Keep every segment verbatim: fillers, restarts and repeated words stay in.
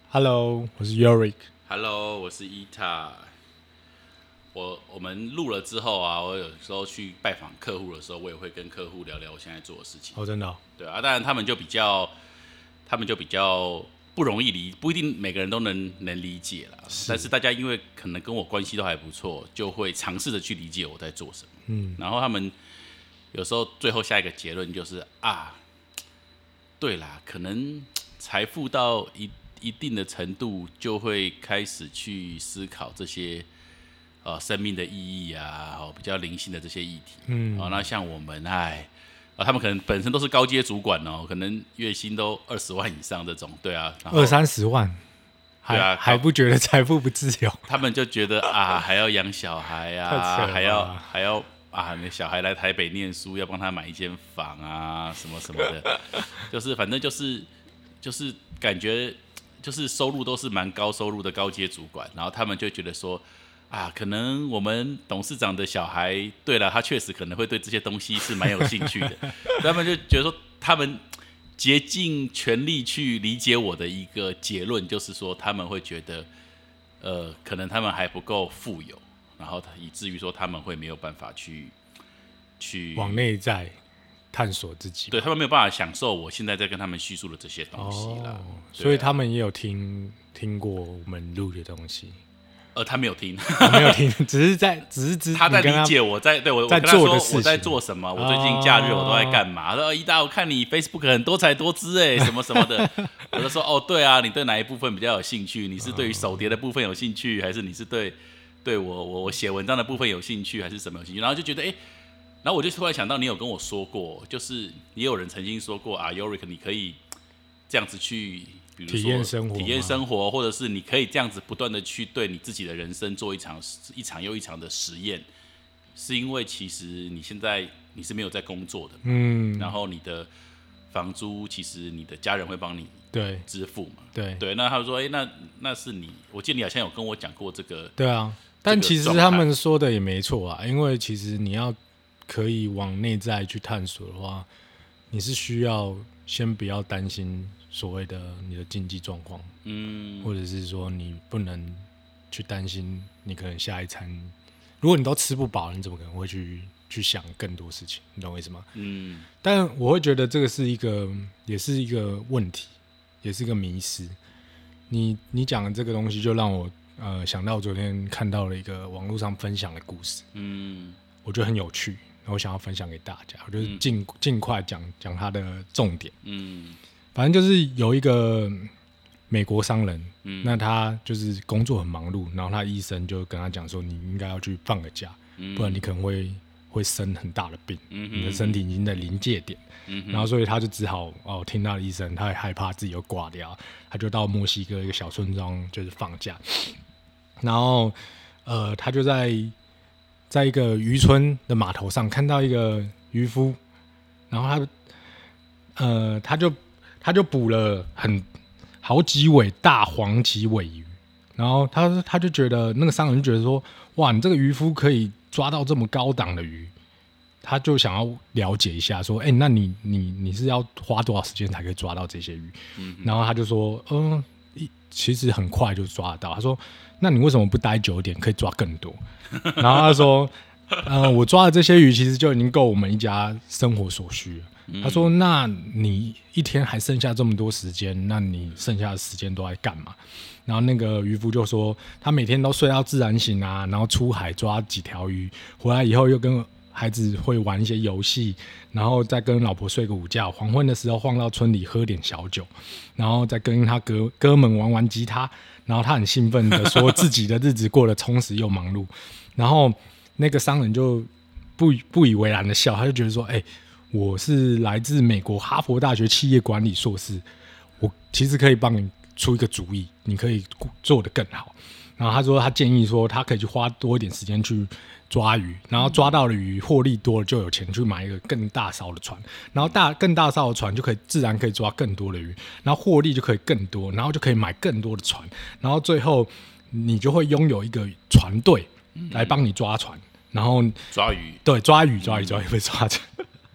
Hello， 我是 Yorick。 Hello， 我是 Ita。我我们录了之后啊，我有时候去拜访客户的时候，我也会跟客户聊聊我现在做的事情。 哦，真的、哦？ 对啊，当然他们就比较，他们就比较不容易理，不一定每个人都能能理解啦。但是大家因为可能跟我关系都还不错，就会尝试着去理解我在做什么。嗯，然后他们有时候最后下一个结论就是啊，对啦，可能财富到一。一定的程度，就会开始去思考这些呃生命的意义啊，哦比较灵性的这些议题。嗯，哦，那像我们，哎，啊，他们可能本身都是高阶主管哦，可能月薪都二十万以上这种，对啊， 二三十万， 对啊， 还不觉得财富不自由？ 他们就觉得啊，还要养小孩啊，还要还要啊，你小孩来台北念书，要帮他买一间房啊，什么什么的，就是反正就是就是感觉。就是收入都是蛮高收入的高阶主管，然后他们就觉得说，啊，可能我们董事长的小孩，对了，他确实可能会对这些东西是蛮有兴趣的，他们就觉得说，他们竭尽全力去理解我的一个结论，就是说他们会觉得，呃，可能他们还不够富有，然后以至于说他们会没有办法去去往内在。探索自己， 对他们没有办法享受我现在在跟他们叙述的这些东西啦、哦啊， 所以他们也有听听过我们录的东西。 呃，他没有听， 哦、没有听，只是在，只是只他在理解我在对我在做的事情， 我在做什么，我最近假日我都在干嘛？说、哦、一大，我看你 Facebook 很多才多姿哎，什么什么的。我就说哦，对啊，你对哪一部分比较有兴趣？你是对于手碟的部分有兴趣，还是你是对对我我我写文章的部分有兴趣，还是什么有兴趣？然后就觉得哎。然后我就突然想到，你有跟我说过，就是也有人曾经说过啊 ，Yorick， 你可以这样子去，比如说体验生活， 体验生活，或者是你可以这样子不断的去对你自己的人生做一场一场又一场的实验，是因为其实你现在你是没有在工作的，嗯，然后你的房租其实你的家人会帮你对支付嘛， 对对，那他说，哎，那那是你，我记得你好像有跟我讲过这个， 对啊，但其实他们说的也没错啊，因为其实你要。可以往内在去探索的话，你是需要先不要担心所谓的你的经济状况，嗯，或者是说你不能去担心你可能下一餐，如果你都吃不饱，你怎么可能会去去想更多事情？你懂我意思吗？嗯，但我会觉得这个是一个，也是一个问题，也是一个迷思。你你讲的这个东西，就让我呃想到昨天看到了一个网络上分享的故事，嗯，我觉得很有趣。我想要分享给大家，我就是尽尽、嗯、快讲讲它的重点。嗯，反正就是有一个美国商人，嗯，那他就是工作很忙碌，然后他医生就跟他讲说，你应该要去放个假，嗯、不然你可能会会生很大的病，嗯、你的身体已经在临界点。嗯，然后所以他就只好哦听他的医生，他也害怕自己又挂掉，他就到墨西哥一个小村庄就是放假，然后呃他就在。在一个渔村的码头上看到一个渔夫，然后他，呃，他就他就捕了很好几尾大黄鳍尾鱼，然后他他就觉得那个商人就觉得说，哇，你这个渔夫可以抓到这么高档的鱼，他就想要了解一下，说，哎、欸，那你你你是要花多少时间才可以抓到这些鱼？嗯，然后他就说，嗯、呃，其实很快就抓得到。他说，那你为什么不待久一点，可以抓更多？然后他说，呃，我抓的这些鱼其实就已经够我们一家生活所需了。嗯、他说，那你一天还剩下这么多时间，那你剩下的时间都在干嘛？然后那个渔夫就说，他每天都睡到自然醒啊，然后出海抓几条鱼，回来以后又跟孩子会玩一些游戏，然后再跟老婆睡个午觉，黄昏的时候晃到村里喝点小酒，然后再跟他哥哥们玩玩吉他，然后他很兴奋的说自己的日子过得充实又忙碌。然后那个商人就 不, 不以为然的笑，他就觉得说，哎、欸，我是来自美国哈佛大学企业管理硕士，我其实可以帮你出一个主意，你可以做得更好。然后他说，他建议说，他可以去花多一点时间去抓鱼，然后抓到了鱼，获利多了就有钱去买一个更大艘的船，然后大更大艘的船就可以自然可以抓更多的鱼，然后获利就可以更多，然后就可以买更多的船，然后最后你就会拥有一个船队来帮你抓船，然后抓鱼， 对，抓鱼，抓鱼，抓鱼被抓船。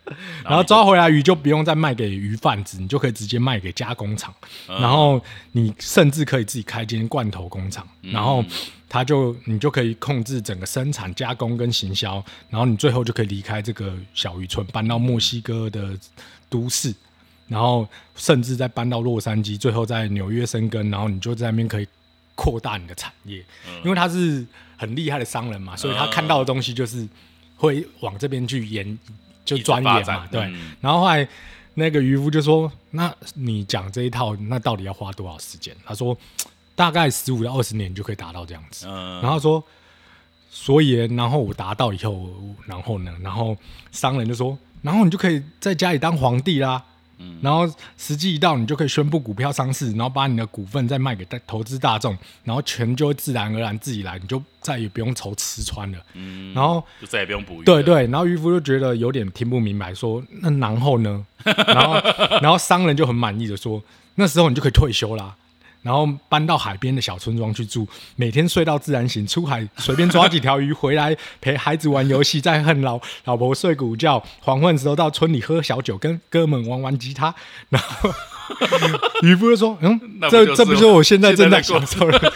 然后抓回来鱼就不用再卖给鱼贩子，你就可以直接卖给加工厂，嗯、然后你甚至可以自己开间罐头工厂，嗯、然后它就你就可以控制整个生产、加工跟行销，然后你最后就可以离开这个小渔村，搬到墨西哥的都市，然后甚至再搬到洛杉矶，最后在纽约生根，然后你就在那边可以扩大你的产业，嗯、因为他是很厉害的商人嘛，所以他看到的东西就是会往这边去研。就钻研嘛，对。嗯、然后后来那个渔夫就说：“那你讲这一套，那到底要花多少时间？”他说：“大概十五到二十年就可以达到这样子。嗯”然后说：“所以，然后我达到以后，然后呢？然后商人就说：‘然后你就可以在家里当皇帝啦。’嗯、然后时机一到，你就可以宣布股票上市，然后把你的股份再卖给投资大众，然后钱就会自然而然自己来，你就再也不用愁吃穿了。嗯、然后就再也不用捕鱼了。 对对，然后渔夫就觉得有点听不明白，说那然后呢？然后然后商人就很满意的说，那时候你就可以退休啦。然后搬到海边的小村庄去住，每天睡到自然醒，出海随便抓几条鱼回来陪孩子玩游戏，再和老老婆睡午觉。黄昏时候到村里喝小酒，跟哥们玩玩吉他。然后渔夫就说：“嗯，这这不就是我现在正在享受的？”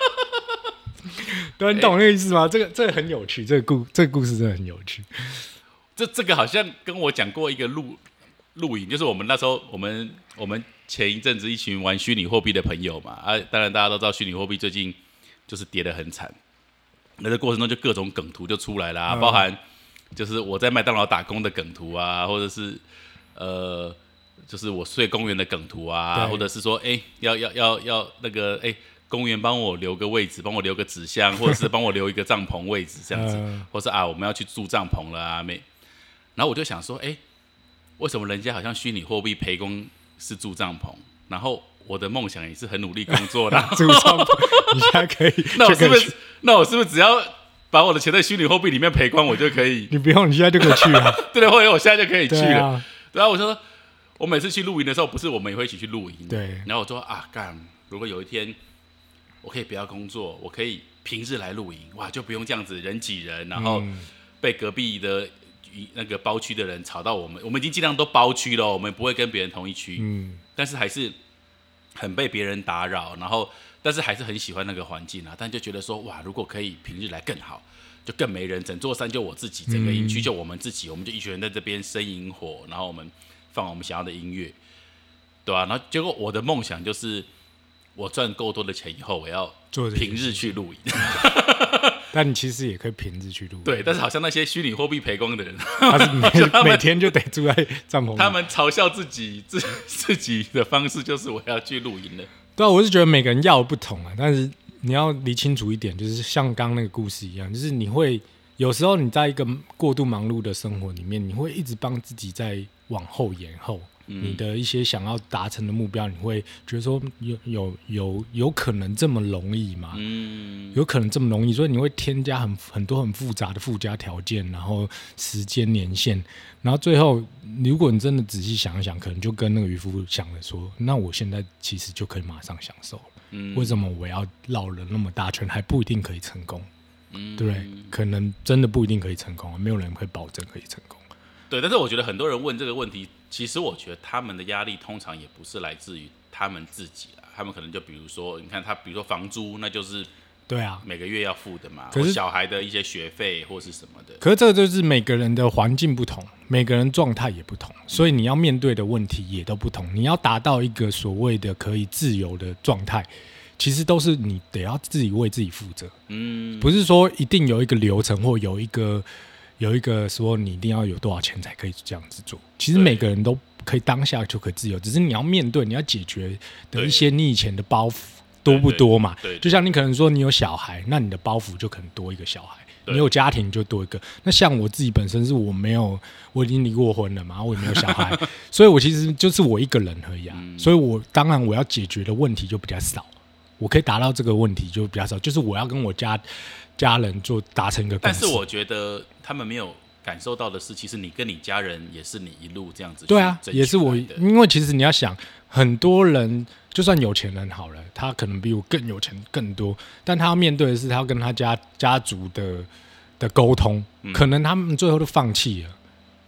对，你懂那个意思吗？这个这个很有趣，这个故这个故事真的很有趣。 这这个好像跟我讲过一个录录影，就是我们那时候我们我们。前一阵子一群玩虚拟货币的朋友嘛，啊，当然大家都知道虚拟货币最近就是跌得很惨，那这过程中就各种梗图就出来啦、嗯，包含就是我在麦当劳打工的梗图啊，或者是呃，就是我睡公园的梗图啊，或者是说，哎、欸，要要要要那个，哎、欸，公园帮我留个位置，帮我留个纸箱，或者是帮我留一个帐篷位置这样子，嗯、或是啊，我们要去住帐篷了啊，没，然后我就想说，哎、欸，为什么人家好像虚拟货币陪工？是住帐篷，然后我的梦想也是很努力工作的。 住帐篷，你现在可以？ 那我是不是？那我是不是只要把我的钱在虚拟货币里面赔光，我就可以？ 你不用，你现在就可以去了。 对的，或者我现在就可以去了。对啊，然后我就说，我每次去露营的时候，不是我们也会一起去露营。 对。 然后我说啊，干，如果有一天我可以不要工作，我可以平日来露营，哇，就不用这样子人挤人，然后被隔壁的。那个包区的人吵到我们，我们已经尽量都包区了，我们不会跟别人同一区，嗯，但是还是很被别人打扰，然后但是还是很喜欢那个环境啊，但就觉得说哇，如果可以平日来更好，就更没人，整座山就我自己，整个营区就我们自己，我们就一群人在这边生萤火，然后我们放我们想要的音乐，对吧、啊？然后结果我的梦想就是我赚够多的钱以后，我要平日去露营。 但你其实也可以平日去露营。 对，但是好像那些虚拟货币赔光的人， 他是 每, 他每天就得住在帐篷里。 他们嘲笑自己自自己的方式就是我要去露营了。 对啊，我是觉得每个人要的不同啊，但是你要理清楚一点，就是像刚刚那个故事一样，就是你会有时候你在一个过度忙碌的生活里面，你会一直帮自己在往后延后。你的一些想要达成的目标，你会觉得说有有有有可能这么容易吗？嗯，有可能这么容易，所以你会添加很很多很复杂的附加条件，然后时间年限，然后最后如果你真的仔细想一想，可能就跟那个渔夫想的说，那我现在其实就可以马上享受了。嗯，为什么我要绕了那么大圈，还不一定可以成功？嗯，对不对？可能真的不一定可以成功，没有人会保证可以成功。 对，但是我觉得很多人问这个问题，其实我觉得他们的压力通常也不是来自于他们自己啦，他们可能就比如说，你看他，比如说房租，那就是对啊，每个月要付的嘛，可是小孩的一些学费或是什么的。 可是这个就是每个人的环境不同，每个人状态也不同，所以你要面对的问题也都不同。你要达到一个所谓的可以自由的状态，其实都是你得要自己为自己负责。嗯，不是说一定有一个流程或有一个。有一个说你一定要有多少钱才可以这样子做，其实每个人都可以当下就可以自由，只是你要面对你要解决的一些你以前的包袱多不多嘛？对对对对，就像你可能说你有小孩，那你的包袱就可能多一个小孩，你有家庭就多一个。那像我自己本身是我没有，我已经离过婚了嘛，我也没有小孩，所以我其实就是我一个人而已啊。嗯、所以我当然我要解决的问题就比较少，我可以达到这个问题就比较少，就是我要跟我家家人做达成一个共识。 但是我觉得他们没有感受到的是，其实你跟你家人也是你一路这样子。 对啊，也是我，因为其实你要想，很多人就算有钱人好了，他可能比我更有钱更多，但他要面对的是他要跟他家家族的的沟通、嗯，可能他们最后都放弃了，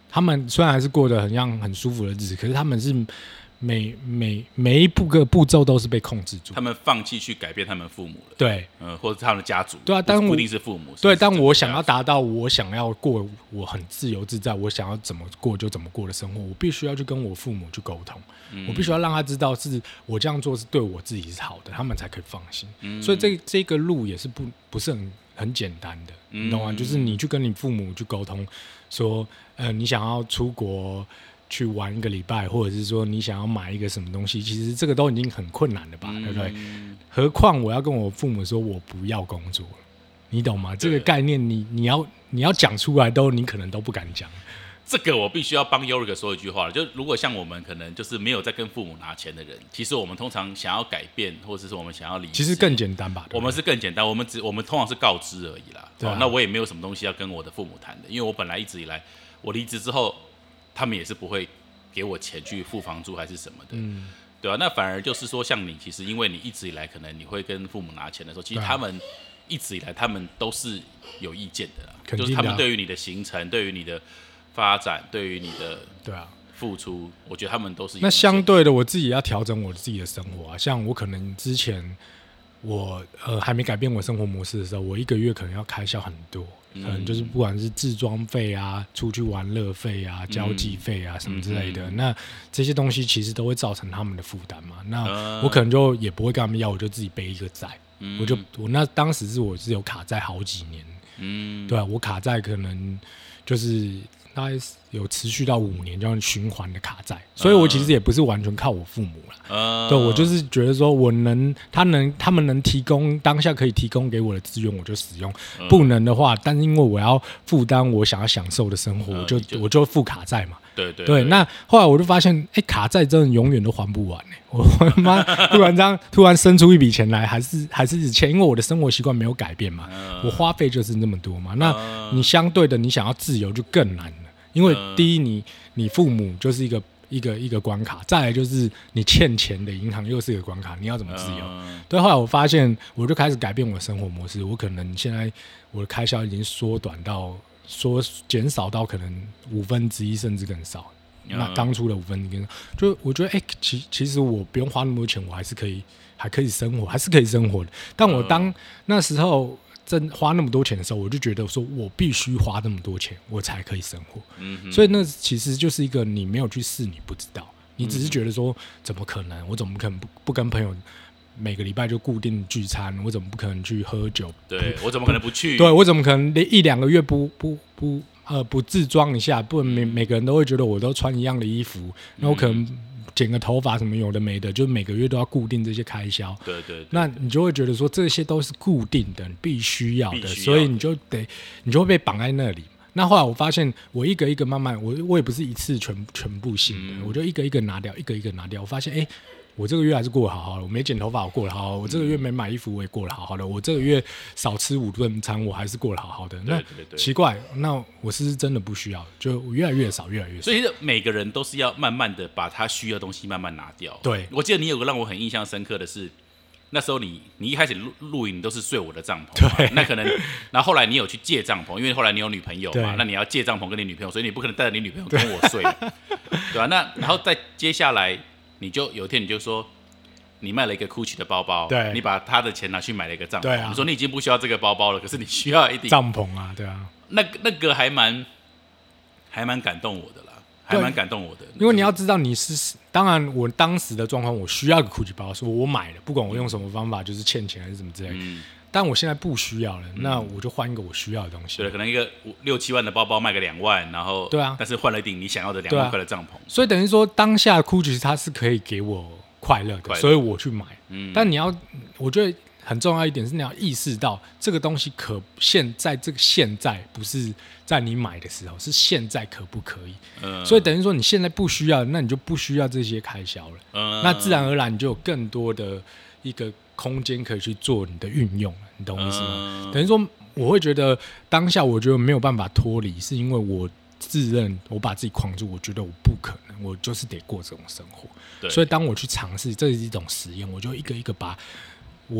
他们虽然还是过得很像很舒服的日子，可是他们是每每每一步个步骤都是被控制住， 他们放弃去改变他们父母了， 对， 呃，或者他们的家族， 对啊，但不一定是父母， 对，但我想要达到我想要过我很自由自在，我想要怎么过就怎么过的生活，我必须要去跟我父母去沟通，嗯、我必须要让他知道是我这样做是对我自己是好的，他们才可以放心。嗯、所以这这个路也是不不是很很简单的，你懂吗？嗯、就是你去跟你父母去沟通，说，呃，你想要出国去玩一个礼拜，或者是说你想要买一个什么东西，其实这个都已经很困难了吧，嗯、对不对？何况我要跟我父母说我不要工作，你懂吗？这个概念你你要你要讲出来都你可能都不敢讲。 这个我必须要帮 Yorick 说一句话了，就如果像我们可能就是没有在跟父母拿钱的人，其实我们通常想要改变，或者是我们想要离职， 其实更简单吧？ 我们是更简单，我们只我们通常是告知而已啦。对、啊哦，那我也没有什么东西要跟我的父母谈的，因为我本来一直以来，我离职之后，他们也是不会给我钱去付房租还是什么的，嗯，对啊，那反而就是说，像你，其实因为你一直以来可能你会跟父母拿钱的时候，其实他们一直以来他们都是有意见的啦， 的就是他们对于你的行程，对于你的发展，对于你的对啊付出，我觉得他们都是有。 那相对的，我自己要调整我自己的生活啊，像我可能之前我呃还没改变我生活模式的时候，我一个月可能要开销很多。可能就是不管是置装费啊、出去玩乐费啊、交际费啊什么之类的，嗯嗯、那这些东西其实都会造成他们的负担嘛。那我可能就也不会跟他们要，我就自己背一个债。嗯、我就我那当时是我是有卡债好几年，嗯，对啊，我卡债可能就是大概有持续到五年这样循环的卡债，所以我其实也不是完全靠我父母啦。Uh, 对，我就是觉得说我能，他能，他们能提供当下可以提供给我的资源，我就使用； uh, 不能的话，但是因为我要负担我想要享受的生活， uh, 我就, 就我就付卡债嘛。 对对对, 对，那后来我就发现，哎、欸，卡债真的永远都还不完哎、欸！我他妈突然这样突然生出一笔钱来，还是还是钱，因为我的生活习惯没有改变嘛， uh, 我花费就是那么多嘛。那你相对的，你想要自由就更难了，因为第一，你你父母就是一个。一个一个关卡，再来就是你欠钱的银行又是一个关卡，你要怎么自由？嗯、对，后来我发现，我就开始改变我的生活模式。我可能现在我的开销已经缩短到缩减少到可能五分之一甚至更少。嗯、那当初的五分之一更少，就我觉得，哎、欸，其其实我不用花那么多钱，我还是可以还可以生活，还是可以生活的。但我当那时候。真花那么多钱的时候，我就觉得说我必须花那么多钱，我才可以生活。嗯、所以那其实就是一个你没有去试，你不知道，你只是觉得说怎么可能？我怎么可能 不, 不跟朋友每个礼拜就固定聚餐？我怎么不可能去喝酒？ 对我怎么可能不去？ 对我怎么可能连一两个月不不不呃不自装一下？不每每个人都会觉得我都穿一样的衣服，那我可能。剪个头发什么有的没的，就每个月都要固定这些开销。 对 对, 对， 那你就会觉得说这些都是固定的，你必须要的，所以你就得，你就会被绑在那里。那后来我发现，我一个一个慢慢，我我也不是一次全全部性的，嗯、我就一个一个拿掉，一个一个拿掉。我发现，哎、欸，我这个月还是过得好好的，我没剪头发，我过得好好的；我这个月没买衣服，我也过得好好的；我这个月少吃五顿餐，我还是过得好好的。那奇怪，那我是真的不需要，就越来越少，越来越少。 所以每个人都是要慢慢的把他需要的东西慢慢拿掉。 对， 我记得你有个让我很印象深刻的是，那时候你你一开始露露营都是睡我的帐篷嘛， 对， 那可能，然后后来你有去借帐篷，因为后来你有女朋友嘛，那你要借帐篷跟你女朋友，所以你不可能带着你女朋友跟我睡，对吧、啊？那然后再接下来，你就有一天你就说。你卖了一个 Gucci 的包包， 对， 你把他的钱拿去买了一个帐篷， 对啊， 你说你已经不需要这个包包了，可是你需要一顶帐篷啊，对啊， 那那个还蛮还蛮感动我的啦，还蛮感动我的， 因为你要知道你是，当然我当时的状况，我需要一个 Gucci 包，说我买了，不管我用什么方法，就是欠钱还是什么之类的。嗯，但我现在不需要了，嗯、那我就换一个我需要的东西。 对，可能一个六七万的包包卖个两万，然后对啊， 但是换了一顶你想要的两万块的帐篷、啊。 所以等于说，当下的 Gucci 它是可以给我快乐的，快乐所以我去买。嗯，但你要，我觉得很重要一点是你要意识到这个东西可现在这个现在不是在你买的时候，是现在可不可以？嗯，所以等于说你现在不需要，那你就不需要这些开销了。嗯，那自然而然你就有更多的一个空间可以去做你的运用了，你懂我意思吗？嗯、等于说我会觉得当下我觉得没有办法脱离，是因为我自认我把自己框住，我觉得我不可能，我就是得过这种生活。所以当我去尝试，这是一种实验，我就一个一个把我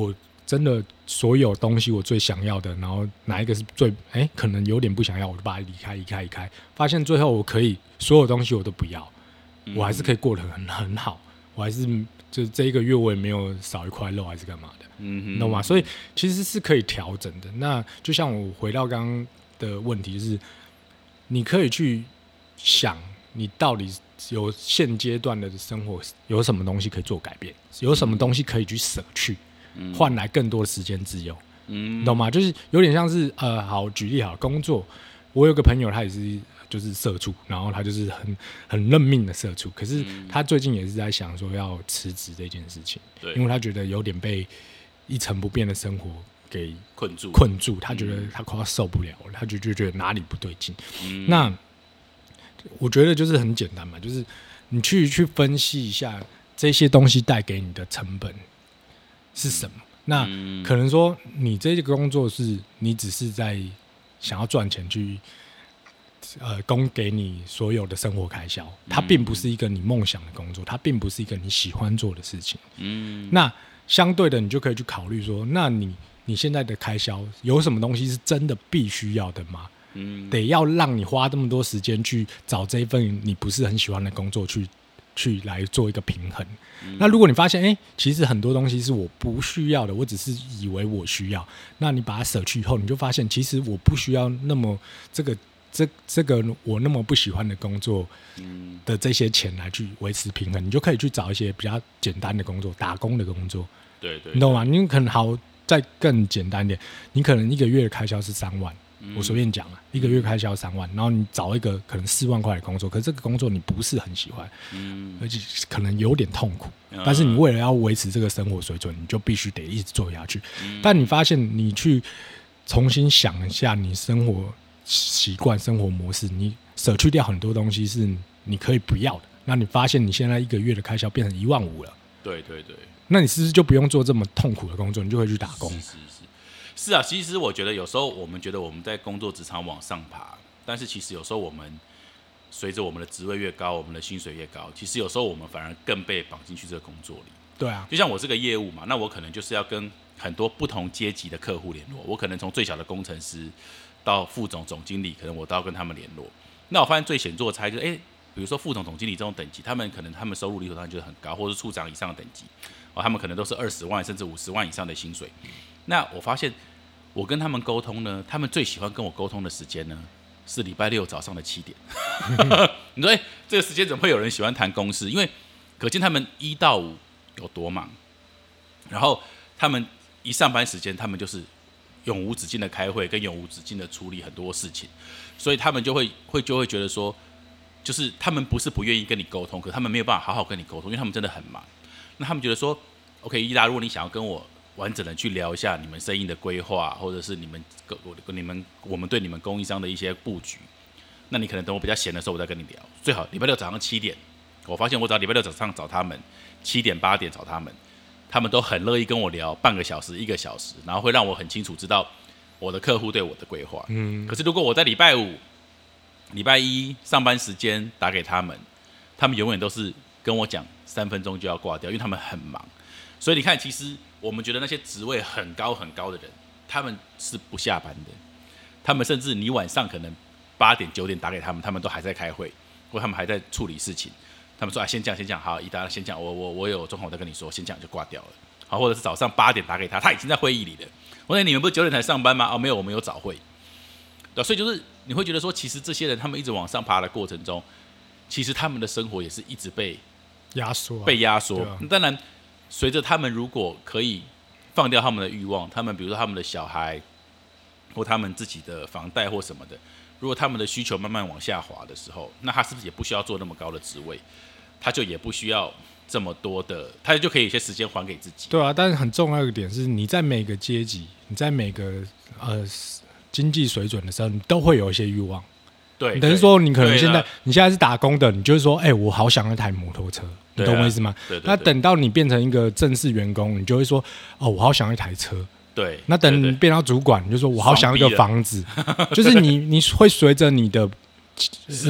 真的所有东西我最想要的，然后哪一个是最哎、欸、可能有点不想要，我就把它离开离开离开，发现最后我可以所有东西我都不要，嗯、我还是可以过得很很好，我还是就是这一个月我也没有少一块肉还是干嘛的，嗯，懂吗？所以其实是可以调整的。那就像我回到刚刚的问题，就是你可以去想，你到底有现阶段的生活有什么东西可以做改变，有什么东西可以去舍去，换来更多的时间自由，嗯，你懂吗？就是有点像是呃，好举例好，工作，我有个朋友他也是就是社畜，然后他就是很很认命的社畜，可是他最近也是在想说要辞职这件事情，对，因为他觉得有点被一成不变的生活给困住， 困住，他觉得他快要受不了了，他就就觉得哪里不对劲，嗯，那我觉得就是很简单嘛，就是你去去分析一下这些东西带给你的成本是什么？那可能说你这个工作是你只是在想要赚钱去，呃，供给你所有的生活开销，它并不是一个你梦想的工作，它并不是一个你喜欢做的事情。嗯，那相对的，你就可以去考虑说，那你你现在的开销有什么东西是真的必须要的吗？嗯，得要让你花这么多时间去找这一份你不是很喜欢的工作去去来做一个平衡，嗯，那如果你发现哎、欸，其实很多东西是我不需要的，我只是以为我需要，那你把它舍去以后，你就发现其实我不需要那么这个这这个我那么不喜欢的工作的这些钱来去维持平衡，你就可以去找一些比较简单的工作，打工的工作， 对 对, 对， 你懂吗？你可能好再更简单点，你可能一个月的开销是三万。我随便讲啊，一个月开销三万，然后你找一个可能四万块的工作，可是这个工作你不是很喜欢，嗯，而且可能有点痛苦，嗯，但是你为了要维持这个生活水准，你就必须得一直做下去。嗯，但你发现你去重新想一下你生活习惯、生活模式，你舍去掉很多东西是你可以不要的，那你发现你现在一个月的开销变成一万五了， 对对对， 那你是不是就不用做这么痛苦的工作，你就会去打工？ 是是是。是啊，其实我觉得有时候我们觉得我们在工作职场往上爬，但是其实有时候我们随着我们的职位越高，我们的薪水越高，其实有时候我们反而更被绑进去这个工作里。 对啊， 就像我这个业务嘛，那我可能就是要跟很多不同阶级的客户联络，我可能从最小的工程师到副总、总经理，可能我都要跟他们联络。那我发现最显著的差异就是，哎，比如说副总、总经理这种等级，他们可能他们收入理所当然就是很高，或者是处长以上的等级，哦，他们可能都是二十万甚至五十万以上的薪水。那我发现。我跟他们沟通呢，他们最喜欢跟我沟通的时间呢是礼拜六早上的七点。你说，哎、欸，这个时间怎么会有人喜欢谈公事？因为可见他们一到五有多忙，然后他们一上班时间，他们就是永无止境的开会，跟永无止境的处理很多事情，所以他们就会会就会觉得说，就是他们不是不愿意跟你沟通，可他们没有办法好好跟你沟通，因为他们真的很忙。那他们觉得说 ，OK， 伊达，如果你想要跟我完整的去聊一下你们生意的规划，或者是你们我你们我们对你们供应商的一些布局，那你可能等我比较闲的时候，我再跟你聊。最好礼拜六早上七点，我发现我只要礼拜六早上找他们，七点八点找他们，他们都很乐意跟我聊半个小时、一个小时，然后会让我很清楚知道我的客户对我的规划。嗯。可是如果我在礼拜五、礼拜一上班时间打给他们，他们永远都是跟我讲三分钟就要挂掉，因为他们很忙。所以你看，其实我们觉得那些职位很高很高的人，他们是不下班的。他们甚至你晚上可能八点九点打给他们，他们都还在开会，或他们还在处理事情。他们说啊，先讲先讲，好，伊达先讲，我我我有状况我再跟你说，先讲就挂掉了。好，或者是早上八点打给他，他已经在会议里了。我说你们不是九点才上班吗？哦，没有，我们有早会。对，所以就是你会觉得说，其实这些人他们一直往上爬的过程中，其实他们的生活也是一直被压缩、啊， 被压缩。啊、当然。随着他们如果可以放掉他们的欲望，他们比如说他们的小孩，或他们自己的房贷或什么的，如果他们的需求慢慢往下滑的时候，那他是不是也不需要做那么高的职位？他就也不需要这么多的，他就可以有些时间还给自己。 对啊，但是很重要一个点是，你在每个阶级，你在每个呃经济水准的时候，你都会有一些欲望。 对， 等于说你可能现在你现在是打工的，你就是说，哎、欸，我好想要一台摩托车，你懂我意思吗？ 对对对。 那等到你变成一个正式员工，你就会说，哦，我好想要一台车。 对。 那等你变到主管，你就说我好想要一个房子，就是你你会随着你的是、呃、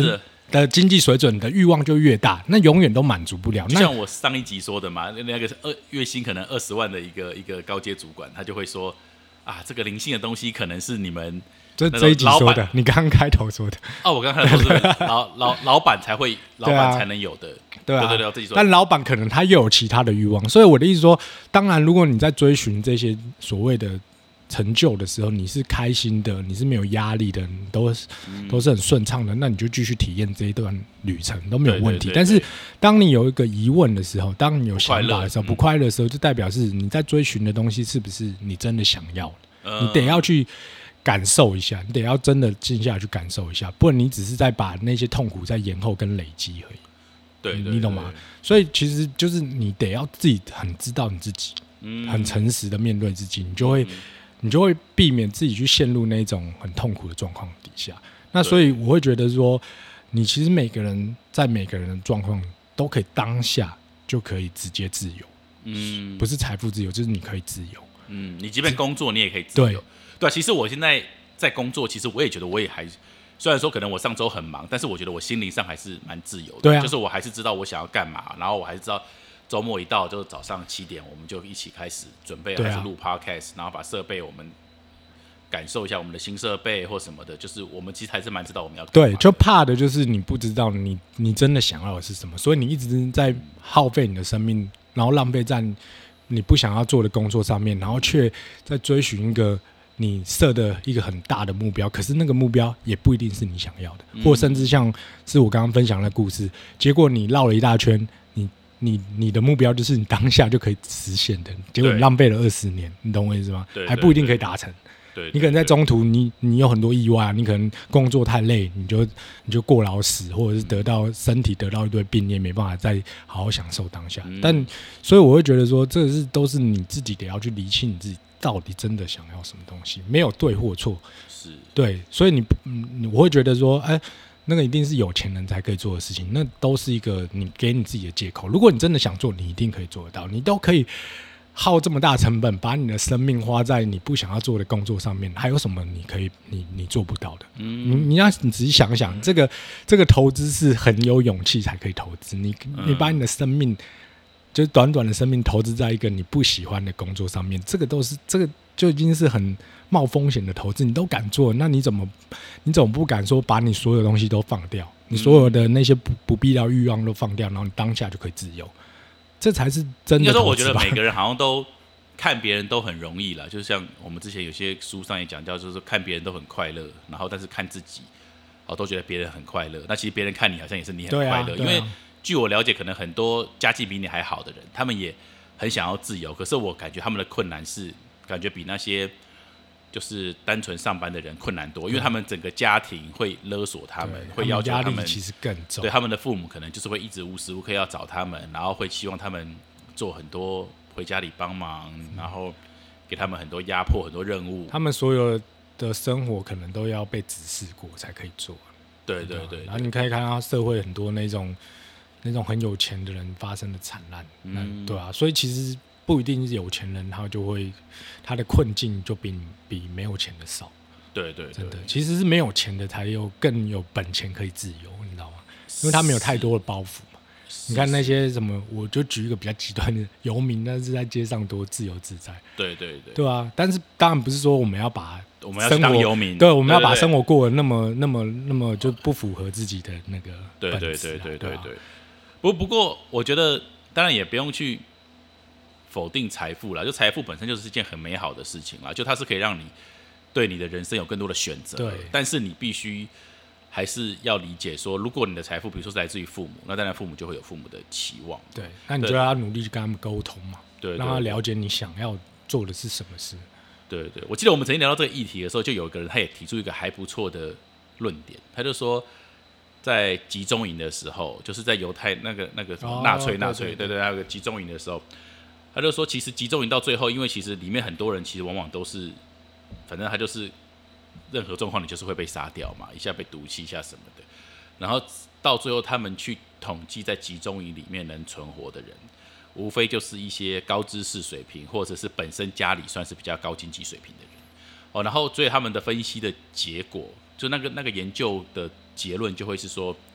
的经济水准，你的欲望就越大，那永远都满足不了。 就像我上一集说的嘛，那个二月薪可能二十万的一个一个高阶主管，他就会说啊，这个灵性的东西可能是你们这这一集说的，你刚刚开头说的。 哦，我刚刚开头说的，老老老板才会，老板才能有的。 对啊， 对对对，自己说。 但老板可能他又有其他的欲望，所以我的意思说，当然，如果你在追寻这些所谓的成就的时候，你是开心的，你是没有压力的，你都是、嗯、都是很顺畅的，那你就继续体验这一段旅程都没有问题。对对对对，但是当你有一个疑问的时候，当你有想法的时候，不快乐的时候，就代表是你在追寻的东西是不是你真的想要的？嗯、你得要去感受一下，你得要真的静下来去感受一下，不然你只是在把那些痛苦在延后跟累积而已。 对， 对， 对， 你, 你懂吗？所以其实就是你得要自己很知道你自己，嗯、很诚实的面对自己，你就会、嗯、你就会避免自己去陷入那种很痛苦的状况底下。那所以我会觉得说，你其实每个人在每个人的状况都可以当下就可以直接自由，嗯，不是财富自由，就是你可以自由。 嗯，你即便工作，你也可以自由。对，对、啊，其实我现在在工作，其实我也觉得我也还。虽然说可能我上周很忙，但是我觉得我心灵上还是蛮自由的。 对啊， 就是我还是知道我想要干嘛，然后我还是知道周末一到就早上七点，我们就一起开始准备，开始录 podcast，、啊、然后把设备我们感受一下我们的新设备或什么的，就是我们其实还是蛮知道我们要干嘛的。 对，就怕的就是你不知道你你真的想要的是什么，所以你一直在耗费你的生命，然后浪费在你不想要做的工作上面，然后却在追寻一个。你设的一个很大的目标，可是那个目标也不一定是你想要的，嗯、或甚至像是我刚刚分享的故事，结果你绕了一大圈，你你你的目标就是你当下就可以实现的，结果你浪费了二十年，你懂我意思吗？ 对， 还不一定可以达成。 对， 你可能在中途你你有很多意外、啊，你可能工作太累，你就你就过劳死，或者是得到身体得到一堆病，你也没办法再好好享受当下。嗯、但所以我会觉得说，这是都是你自己得要去厘清你自己。到底真的想要什么东西？没有对或错， 是对，所以你，嗯，我会觉得说，哎、欸，那个一定是有钱人才可以做的事情，那都是一个你给你自己的借口。如果你真的想做，你一定可以做得到，你都可以耗这么大成本，把你的生命花在你不想要做的工作上面，还有什么你可以你你做不到的？嗯，你你要你仔细想想，嗯、这个这个投资是很有勇气才可以投资，你你把你的生命。就是短短的生命投资在一个你不喜欢的工作上面，这个都是这个就已经是很冒风险的投资，你都敢做，那你怎么你怎么不敢说把你所有东西都放掉，你所有的那些 不, 不必要欲望都放掉，然后你当下就可以自由，这才是真的投资吧。应该说， 我觉得每个人好像都看别人都很容易啦，就像我们之前有些书上也讲到，就是看别人都很快乐，然后但是看自己，哦都觉得别人很快乐，那其实别人看你好像也是你很快乐，啊啊、因为。据我了解，可能很多家境比你还好的人，他们也很想要自由。可是我感觉他们的困难是，感觉比那些就是单纯上班的人困难多，因为他们整个家庭会勒索他们，会要求他们， 压力其实更重。 对，他们的父母可能就是会一直无时无刻要找他们，然后会希望他们做很多回家里帮忙，然后给他们很多压迫、很多任务。 他们所有的生活可能都要被指示过才可以做。 对对 对, 对, 对。 然后你可以看到社会很多那种。那种很有钱的人发生的惨烂，嗯，对啊，所以其实不一定是有钱人，他就会他的困境就比比没有钱的少。 对对 对， 真的，其实是没有钱的才有更有本钱可以自由，你知道吗？因为他没有太多的包袱嘛。你看那些什么，我就举一个比较极端的游民，但是在街上多自由自在。 对对对， 对啊。但是当然不是说我们要把我们要当游民， 对，我们要把生活过得那么那么那么就不符合自己的那个本质、啊。对对对对对对。不不过，我觉得当然也不用去否定财富啦，就财富本身就是一件很美好的事情啦，就它是可以让你对你的人生有更多的选择。 对， 但是你必须还是要理解说，如果你的财富，比如说是来自于父母，那当然父母就会有父母的期望。 对，那你就要努力去跟他们沟通嘛， 对， 让他了解你想要做的是什么事。 对对，我记得我们曾经聊到这个议题的时候，就有一个人他也提出一个还不错的论点，他就说。在集中营的时候，就是在犹太那个那个什么纳粹纳粹，对对，那个集中营的时候，他就说，其实集中营到最后，因为其实里面很多人其实往往都是，反正他就是任何状况你就是会被杀掉嘛，一下被毒气，一下什么的，然后到最后他们去统计在集中营里面能存活的人，无非就是一些高知识水平，或者是本身家里算是比较高经济水平的人，哦，然后所以他们的分析的结果，就那个那个研究的。结论就会是说，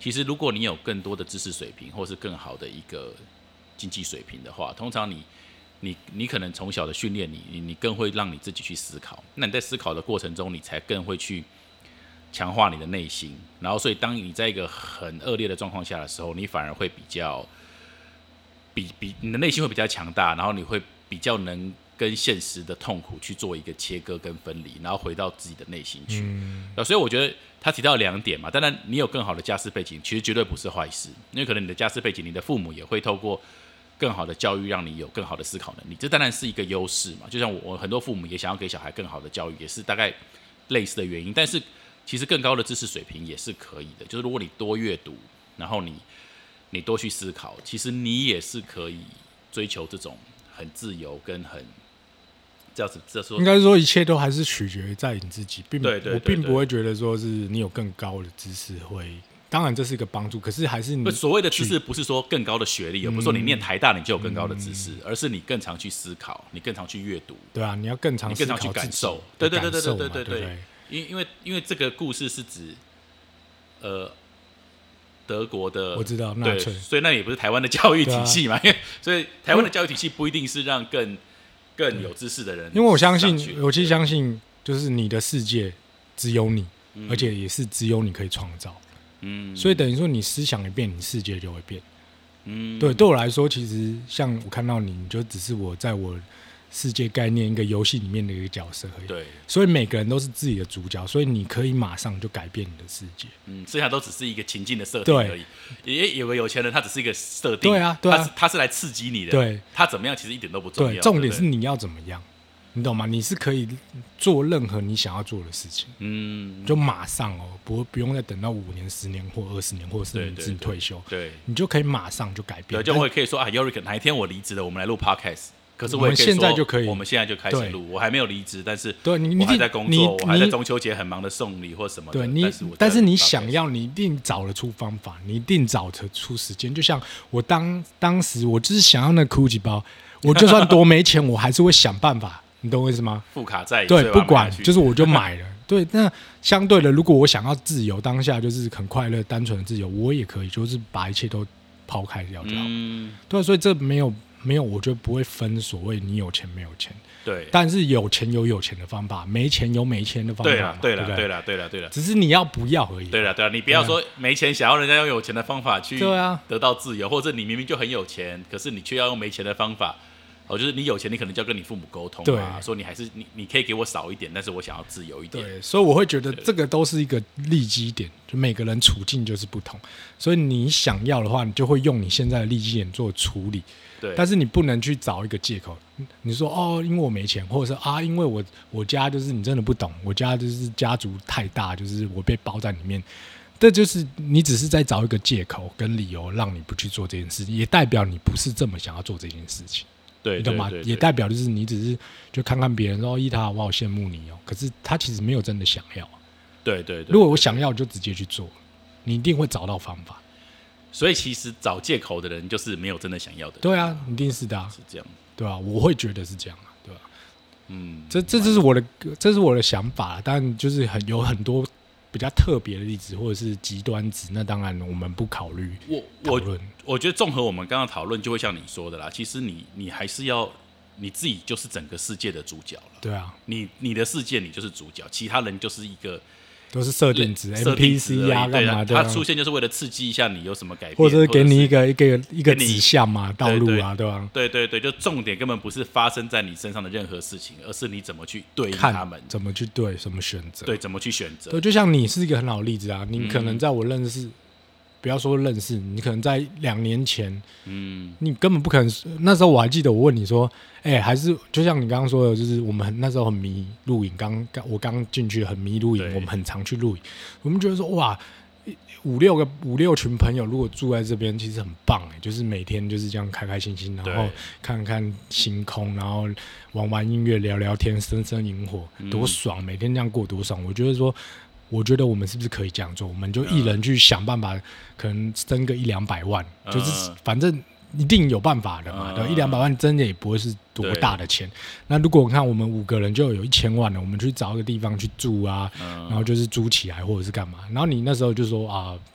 其实如果你有更多的知识水平，或是更好的一个经济水平的话，通常你你你可能从小的训练你，你你更会让你自己去思考。那你在思考的过程中，你才更会去强化你的内心。然后，所以当你在一个很恶劣的状况下的时候，你反而会比较比比你的内心会比较强大，然后你会比较能跟现实的痛苦去做一个切割跟分离，然后回到自己的内心去。嗯、所以我觉得他提到两点嘛，当然你有更好的家世背景，其实绝对不是坏事，因为可能你的家世背景，你的父母也会透过更好的教育，让你有更好的思考能力，这当然是一个优势嘛。就像 我, 我很多父母也想要给小孩更好的教育，也是大概类似的原因。但是其实更高的知识水平也是可以的，就是如果你多阅读，然后你你多去思考，其实你也是可以追求这种很自由跟很这样子。这说应该说一切都还是取决于在你自己，并对对对对， 我并不会觉得说是你有更高的知识会。当然这是一个帮助，可是还是你所谓的知识不是说更高的学历，而不是说你念台大你就有更高的知识，嗯、而是你更常去思考，你更常去阅读， 对啊，你要更常你更常去感受，对对对对对对对对， 对因因为因为这个故事是指呃德国的， 我知道纳粹， 所以那也不是台湾的教育体系嘛，因为所以台湾的教育体系不一定是让更更有知识的人， 因为我相信，我其实相信，就是你的世界只有你，嗯、而且也是只有你可以创造。嗯，所以等于说你思想一变，你世界就会变。嗯，对，对我来说，其实像我看到你，你就只是我在我世界概念一个游戏里面的一个角色而已。 对， 所以每个人都是自己的主角，所以你可以马上就改变你的世界。 嗯，剩下都只是一个情境的设定而已。也有个有钱人，他只是一个设定。 对啊，对啊， 他是他是来刺激你的。 对， 他怎么样其实一点都不重要。 对，重点是你要怎么样。你懂吗？你是可以做任何你想要做的事情，嗯，就马上哦，不不用再等到五年、十年或二十年，或者是你自己退休， 对，对你就可以马上就改变。 对，就我也可以说啊 ，Yorick， 哪一天我离职了，我们来录 podcast。可是我也可以说， 现在就可以， 我们现在就开始录。我还没有离职，但是对你我还在工作，我还在中秋节很忙的送礼或什么的。 对你，但是你想要，你一定找得出方法，你一定找得出时间。就像我当当时，我就是想要那 Gucci 包，我就算多没钱，我还是会想办法。你懂我意思吗？ 副卡债对，不管就是我就买了。对，那相对的，如果我想要自由，当下就是很快乐、单纯的自由，我也可以，就是把一切都抛开掉就好。嗯，对，所以这没有没有，我觉得不会分所谓你有钱没有钱。 对， 但是有钱有有钱的方法，没钱有没钱的方法。 对了，对了， 对对了，对了，对了， 只是你要不要而已。 对了，对了，你不要说没钱想要人家用有钱的方法去对啊得到自由，或者你明明就很有钱，可是你却要用没钱的方法。哦，就是你有钱，你可能就要跟你父母沟通啊，说你还是你，你可以给我少一点，但是我想要自由一点。 对，所以我会觉得这个都是一个利基点，就每个人处境就是不同，所以你想要的话，你就会用你现在的利基点做处理。 对， 但是你不能去找一个借口，你说哦，因为我没钱，或者是啊，因为我我家就是你真的不懂，我家就是家族太大，就是我被包在里面。这就是你只是在找一个借口跟理由，让你不去做这件事情，也代表你不是这么想要做这件事情。 对， 你懂吗？也代表就是你只是就看看别人说伊塔，我好羡慕你哦。可是他其实没有真的想要。 对对 对, 对。 如果我想要，就直接去做，你一定会找到方法。 所以其实找借口的人，就是没有真的想要的人。 对啊，一定是的、啊， 是这样， 对啊，我会觉得是这样啊，对吧、啊？ 嗯， 这这就是我的，这是我的想法，但就是很有很多比较特别的例子，或者是极端值，那当然我们不考虑讨论。 我觉得综合我们刚刚讨论，就会像你说的啦。其实你你还是要你自己就是整个世界的主角了。 对啊， 你你的世界你就是主角，其他人就是一个都是设定值 N P C 啊，干嘛的？ 他出现就是为了刺激一下你有什么改变， 或者是给你一个一个一个指向嘛，道路啊，对吧？ 对对对，就重点根本不是发生在你身上的任何事情，而是你怎么去对应他们， 怎么去对，怎么选择， 对，怎么去选择。 对，就像你是一个很好的例子啊，你可能在我认识。嗯不要说认识，你可能在两年前，嗯，你根本不可能。那时候我还记得，我问你说，哎、欸，还是就像你刚刚说的，就是我们很那时候很迷露营，刚刚我刚进去很迷露营，我们很常去露营，我们觉得说哇，五六个五六群朋友如果住在这边，其实很棒哎，就是每天就是这样开开心心，然后看看星空，然后玩玩音乐，聊聊天，生生萤火，多爽！嗯、每天这样过多爽，我觉得说。我觉得我们是不是可以这样做？我们就一人去想办法，可能争个一两百万，嗯、就是反正一定有办法的嘛。对、嗯，一两百万真的也不会是多大的钱。那如果我看我们五个人就有一千万了，我们去找一个地方去住啊，嗯、然后就是租起来或者是干嘛。然后你那时候就说啊，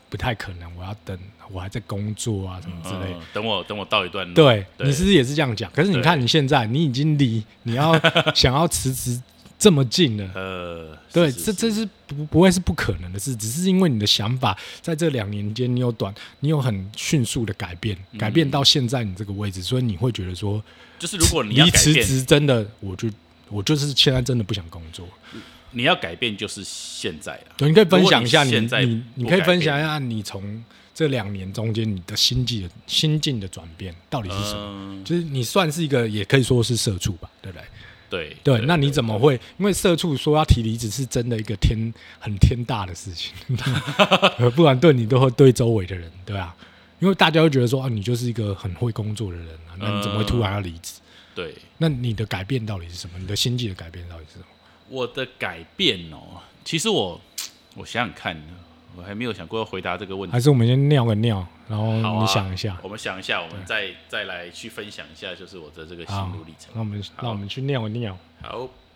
不太可能，我要等我还在工作啊什么之类的、 嗯，等我等我到一段路。 对，对你是不是也是这样讲？可是你看你现在，你已经离你要想要辞职这么近了， 呃， 对， 是是是这这是不不会是不可能的事，只是因为你的想法在这两年间，你有短，你有很迅速的改变， 嗯、 改变到现在你这个位置，所以你会觉得说， 就是如果你要离辞改变， 职真的，我就我就是现在真的不想工作。 你要改变就是现在了。 对，你可以分享一下你你你你可以分享一下你从这两年中间你的心境的心境的转变到底是什么？嗯、就是你算是一个，也可以说是社畜吧，对不对？ 对对, 对，那你怎么会？因为社畜说要提离职是真的一个天很天大的事情，不然对你都会对周围的人，对啊，因为大家会觉得说啊，你就是一个很会工作的人啊，那你怎么会突然要离职？嗯、 对， 那你的改变到底是什么？你的心境的改变到底是什么？ 我的改变哦，其实我我想想看，我还没有想过要回答这个问题。 还是我们先尿个尿，然后你想一下。 啊、我们想一下，我们再再来去分享一下，就是我的这个心路历程。 那我们那我们去尿个尿。 好。